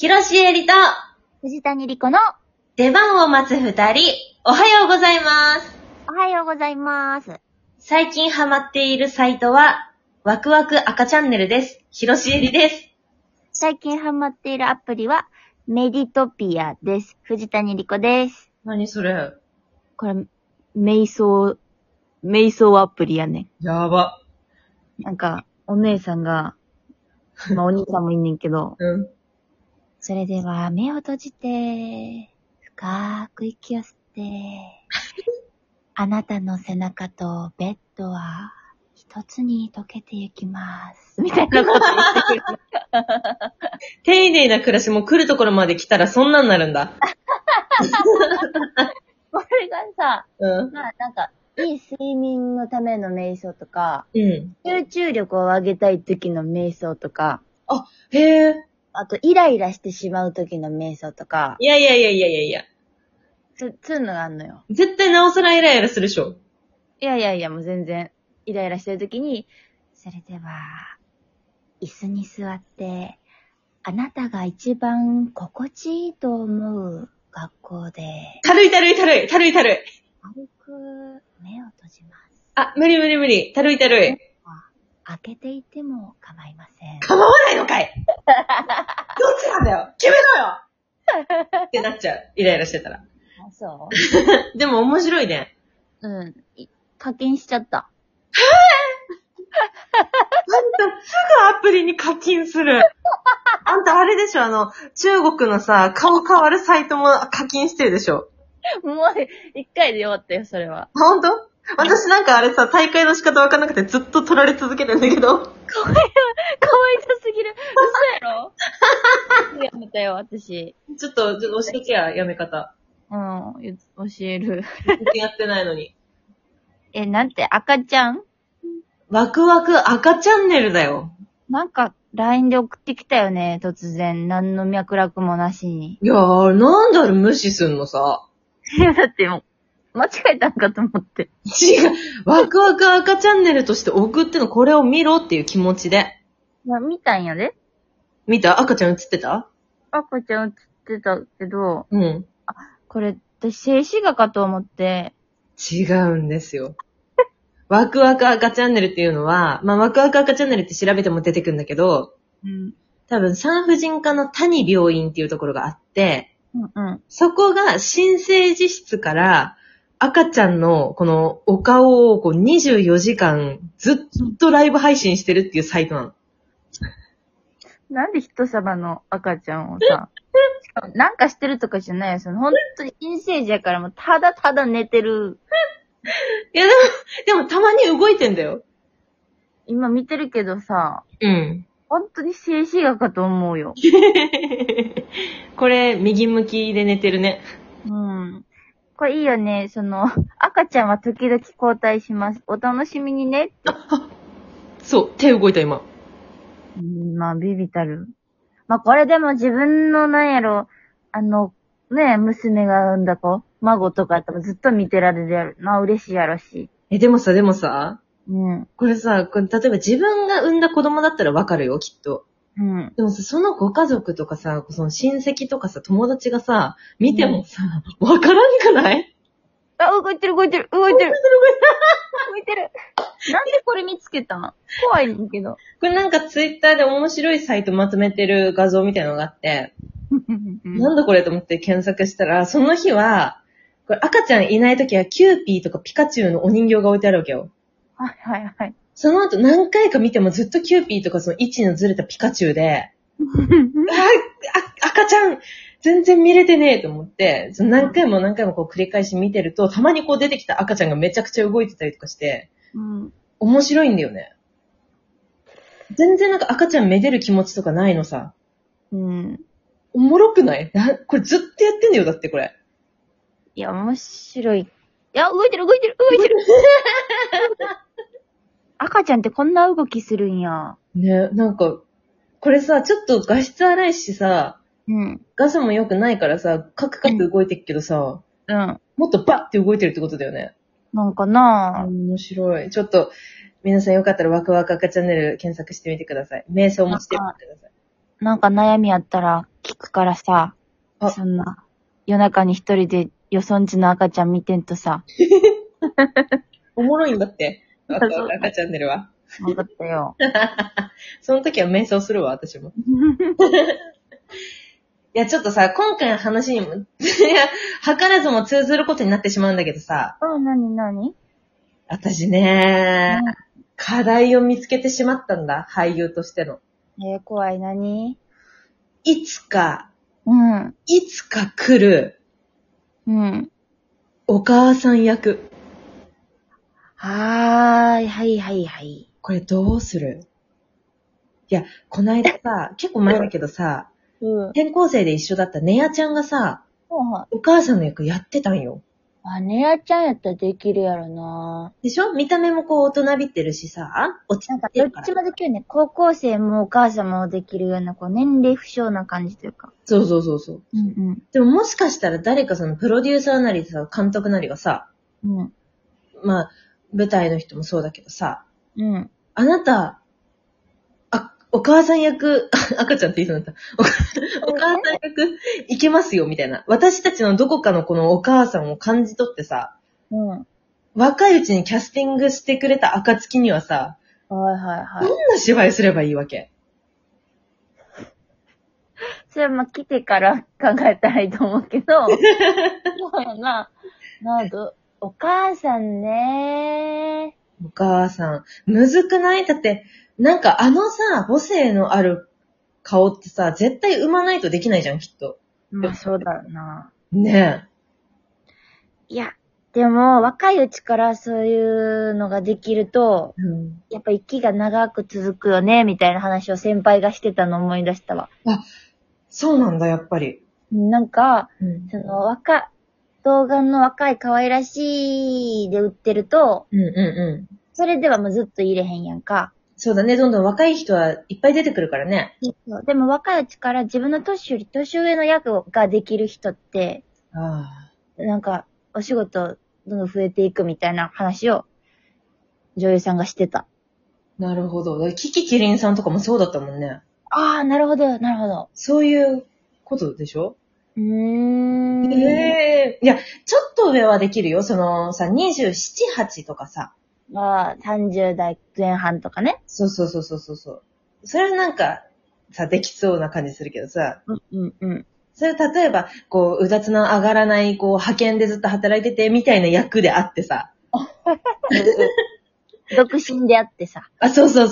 広しえりと藤谷莉子の出番を待つ二人、おはようございます。 おはようございます。 最近ハマっているサイトは、ワクワク赤チャンネルです。広しえりです。 最近ハマっているアプリはメディトピアです。藤谷莉子です。 何それ？ これ、瞑想アプリやね。 やば。 なんか、お姉さんが、まあお兄さんもいんねんけど、それでは目を閉じて、深く息を吸って、あなたの背中とベッドは一つに溶けていきます。みたいなこと言ってる。 丁寧な暮らしも来るところまで来たらそんなんなるんだ。 これがさ、 うん。 まあなんか、いい睡眠のための瞑想とか、 うん。 集中力を上げたい時の瞑想とか、 へえ。 あとイライラしてしまう時の瞑想とか、 いや。 そういうのがあるのよ。 絶対なおさらイライラするでしょ。 いや、もう全然、イライラしてる時に、それでは、椅子に座って、あなたが一番心地いいと思う学校で、 たるい。 軽く目を閉じます。 あ、無理。たるい。 開けていても構いません。 構わないのかい。どっちなんだよ。決めろよってなっちゃう。イライラしてたら。 あ、そでも面白いね。 ううん。課金しちゃった。 あんたすぐアプリに課金する。あんたあれでしょ、中国のさ、顔変わるサイトも課金してるでしょ。 もう、一回で終わったよ、それは。 ほんと？私なんかあれさ、大会の仕方わかんなくてずっと取られ続けてるんだけど。 かわいさすぎる。嘘やろやめたよ、私。 ちょっと教えてやめ方。 うん、教える。 やってないのに。 なんて、赤ちゃんワクワク赤チャンネルだよ。 なんか、LINE で送ってきたよね、突然。何の脈絡もなしに。 いやー、なんであれ無視すんのさ。 いや、だってもう、間違えたんかと思って。 違う。ワクワク赤チャンネルとして送ってのこれを見ろっていう気持ちで。 まあ、見たんやで。 見た？赤ちゃん映ってた？ 赤ちゃん映ってたけど、 うん。 これ、私、静止画かと思って、 違うんですよ。ワクワク赤チャンネルっていうのは、まあ、ワクワク赤チャンネルって調べても出てくるんだけど、 うん。 多分産婦人科の谷病院っていうところがあって、 うん。 そこが新生児室から赤ちゃんのこのお顔をこう24時間ずっとライブ配信してるっていうサイトなの。 なんで人様の赤ちゃんをさ、しかもなんかしてるとかじゃないよ。本当に新生児やからもうただただ寝てる。 いやでもたまに動いてんだよ。 今見てるけどさ、 うん。 本当に静止画かと思うよ。 これ右向きで寝てるね。 うん。これいいよね。赤ちゃんは時々交代します。お楽しみにねって。 そう、手動いた今。 まあ、ビビたる。まあ、これでも自分の娘が産んだ子、孫とかやったらずっと見てられるやろ。まあ、嬉しいやろし。 でもさ、 うん。 これさ、例えば自分が産んだ子供だったらわかるよ、きっと。 うん。 でもさ、そのご家族とかさ、その親戚とかさ、友達がさ、見てもさ、わからんくない？ あ、動いてる。なんでこれ見つけたの？怖いんだけど。 これなんかツイッターで面白いサイトまとめてる画像みたいなのがあって、なんだこれと思って検索したら、その日は、これ赤ちゃんいないときはキューピーとかピカチュウのお人形が置いてあるわけよ。 はい。 その後何回か見てもずっとキューピーとかその位置のずれたピカチュウで、赤ちゃん全然見れてねえと思って、その何回もこう繰り返し見てると、たまにこう出てきた赤ちゃんがめちゃくちゃ動いてたりとかして、面白いんだよね。全然なんか赤ちゃんめでる気持ちとかないのさ。 うん。 おもろくない？これずっとやってんだよ、だってこれ。 いや、面白い。いや、動いてる。赤ちゃんってこんな動きするんや。 ね、なんか、これさ、ちょっと画質荒いしさ、 うん。 画素も良くないからさ、カクカク動いてるけどさ、 うん。 もっとバッて動いてるってことだよね。 なんかなぁ。 面白い。ちょっと、皆さんよかったらワクワク赤チャンネル検索してみてください。瞑想もしてみてください。 なんか悩みあったら聞くくからさ、そんな、夜中に一人でよそんちの赤ちゃん見てんとさ。 おもろいんだって。赤チャンネルは。 わかったよ。 その時は瞑想するわ、私も。いや、ちょっとさ、今回の話にも、いや、図らずも通ずることになってしまうんだけどさ。 なに私ね、課題を見つけてしまったんだ、俳優としての。 怖い、 いつか来る、お母さん役。 はい。 これどうする？いや、こないださ、結構前だけどさ、転校生で一緒だったネヤちゃんがさ、お母さんの役やってたんよ。 ネヤちゃんやったらできるやろな。 でしょ？見た目もこう大人びってるしさ、落ち着いてるから。 どっちもできるね。高校生もお母さんもできるような、こう年齢不詳な感じというか。 そう。でももしかしたら誰かそのプロデューサーなりさ、監督なりがさ、まあ、舞台の人もそうだけどさ、あなた、お母さん役、赤ちゃんって言いそうになった。お母さん役、いけますよ、みたいな。私たちのどこかのこのお母さんを感じ取ってさ、若いうちにキャスティングしてくれた暁にはさ、どんな芝居すればいいわけ？ それは来てから考えたらいいと思うけど、そうやな。お母さんね。 お母さん、むずくない？だって、なんかさ、母性のある顔ってさ、絶対産まないとできないじゃん、きっと。 そうだよな。 ねえ。いや、でも、若いうちからそういうのができると、やっぱ息が長く続くよね、みたいな話を先輩がしてたのを思い出したわ。 そうなんだ、やっぱり。 なんか、動画の若い可愛らしいで売ってると、それではもうずっと入れへんやんか。 そうだね、どんどん若い人はいっぱい出てくるからね。 でも若いうちから自分の年より年上の役ができる人って、なんか、お仕事どんどん増えていくみたいな話を女優さんがしてた。 なるほど。キキキリンさんとかもそうだったもんね。 なるほど。 そういうことでしょ？いや、ちょっと上はできるよ。そのさ、27、8とかさ。 30代前半とかね。 そう。それはなんか、さ、できそうな感じするけどさ。それ例えば、こう、うだつの上がらない、こう、派遣でずっと働いてて、みたいな役であってさ。 独身であってさ。 そう。それ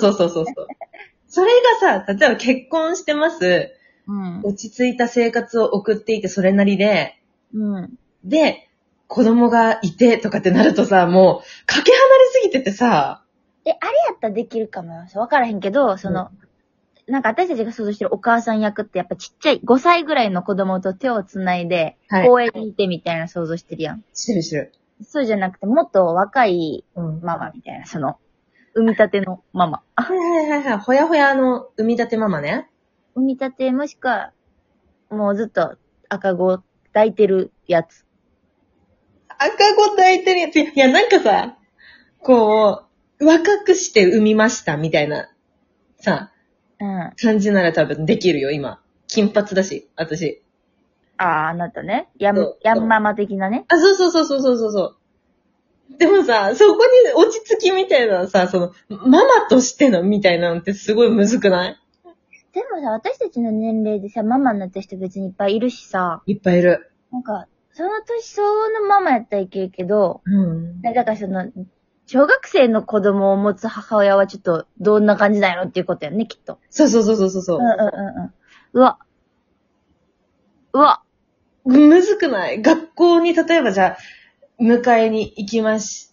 がさ、例えば結婚してます。落ち着いた生活を送っていて、それなりで。で、子供がいてとかってなるとさ、もう、かけ離れすぎててさ。 あれやったらできるかもよ。わからへんけど、なんか私たちが想像してるお母さん役ってやっぱちっちゃい5歳ぐらいの子供と手をつないで、公園にいてみたいな想像してるやん。 してる。 そうじゃなくて、もっと若いママみたいな、産み立てのママ。 ほやほやの産み立てママね。 産み立てもしくは、もうずっと赤子抱いてるやつ。 赤子抱いてるやつ。いや、なんかさ、こう、若くして産みましたみたいな、さ、感じなら多分できるよ、今。金髪だし、私。 あなたね。ヤンママ的なね。 そう。でもさ、そこに落ち着きみたいなさ、ママとしてのみたいなのってすごいむずくない？ でもさ、私たちの年齢でさ、ママになった人別にいっぱいいるしさ。 いっぱいいる。 なんか、その年相応のママやったらいけるけど、だから小学生の子供を持つ母親はちょっとどんな感じだよっていうことやね、きっと。 そう。 うわ。 むずくない？学校に例えばじゃあ、迎えに行きました。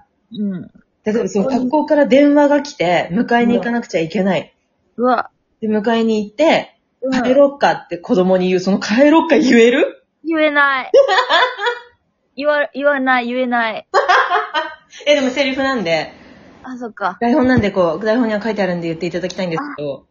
例えば学校から電話が来て、迎えに行かなくちゃいけない。で、迎えに行って、帰ろっかって子供に言う、その帰ろっか言える？ 言えない。言えない。 でもセリフなんで。 そっか。 台本なんで台本には書いてあるんで言っていただきたいんですけど。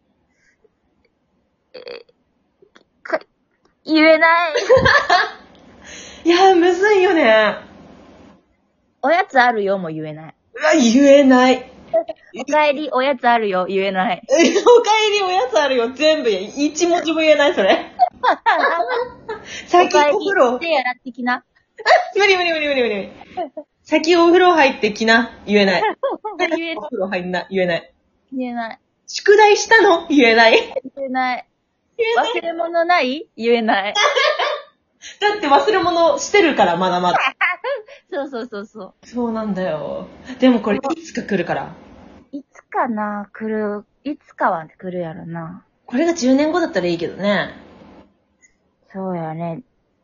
言えない。 いや、むずいよね。 おやつあるよも言えない。 言えない。 おかえりおやつあるよ言えない。 おかえりおやつあるよ全部一文字も言えないそれ。 先お風呂。 手洗ってきな。 無理。先お風呂入ってきな。言えない。 言えお風呂入んな。言えない。 言えない。 宿題したの言えない。 言えない。忘れ物ない言えない。 だって忘れ物してるから、まだまだ。 そう。 そうなんだよ。でもこれ、いつか来るから。 いつかな、来る。いつかは来るやろな。 これが10年後だったらいいけどね。 そうやね。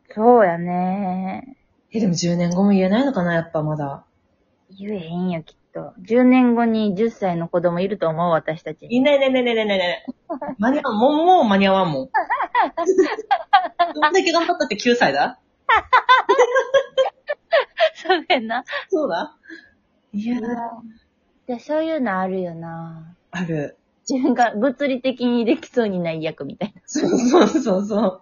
でも10年後も言えないのかな、やっぱまだ。 言えへんよ、きっと。10年後に10歳の子供いると思う、私たち。 いない。間に合わん。もう間に合わんもん。どんだけ頑張ったって9歳だそうやな。 そうだ。いやでそういうのあるよな。 ある。 自分が物理的にできそうにない役みたいな。 そう。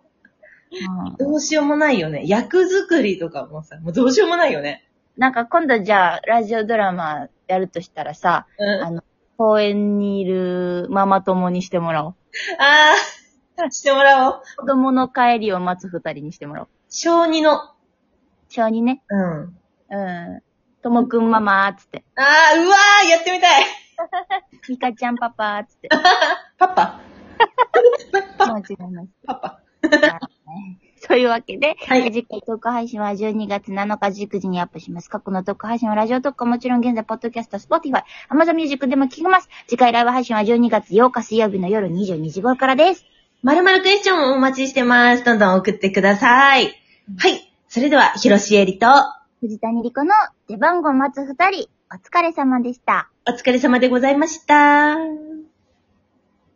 どうしようもないよね。役作りとかもさ、もうどうしようもないよね。 なんか今度じゃあ、ラジオドラマやるとしたらさ、公園にいるママ友にしてもらおう。 してもらおう。 子供の帰りを待つ2人にしてもらおう。 小2の。 小2ね。ともくんママーつって。 うわー、やってみたい。 ミカちゃんパパーつって。 パパ間違いない。 パパ。 そういうわけで、 はい、 次回トーク配信は12月7日19時にアップします。過去のトーク配信はラジオトークはもちろん現在、ポッドキャスト、Spotify、Amazon Music でも聞けます。次回ライブ配信は12月8日水曜日の夜22時頃からです。 〇〇クエスチョンをお待ちしてます。どんどん送ってください。はい。それでは、広しえりと、 藤谷莉子の出番を待つ2人、お疲れ様でした。 お疲れ様でございました。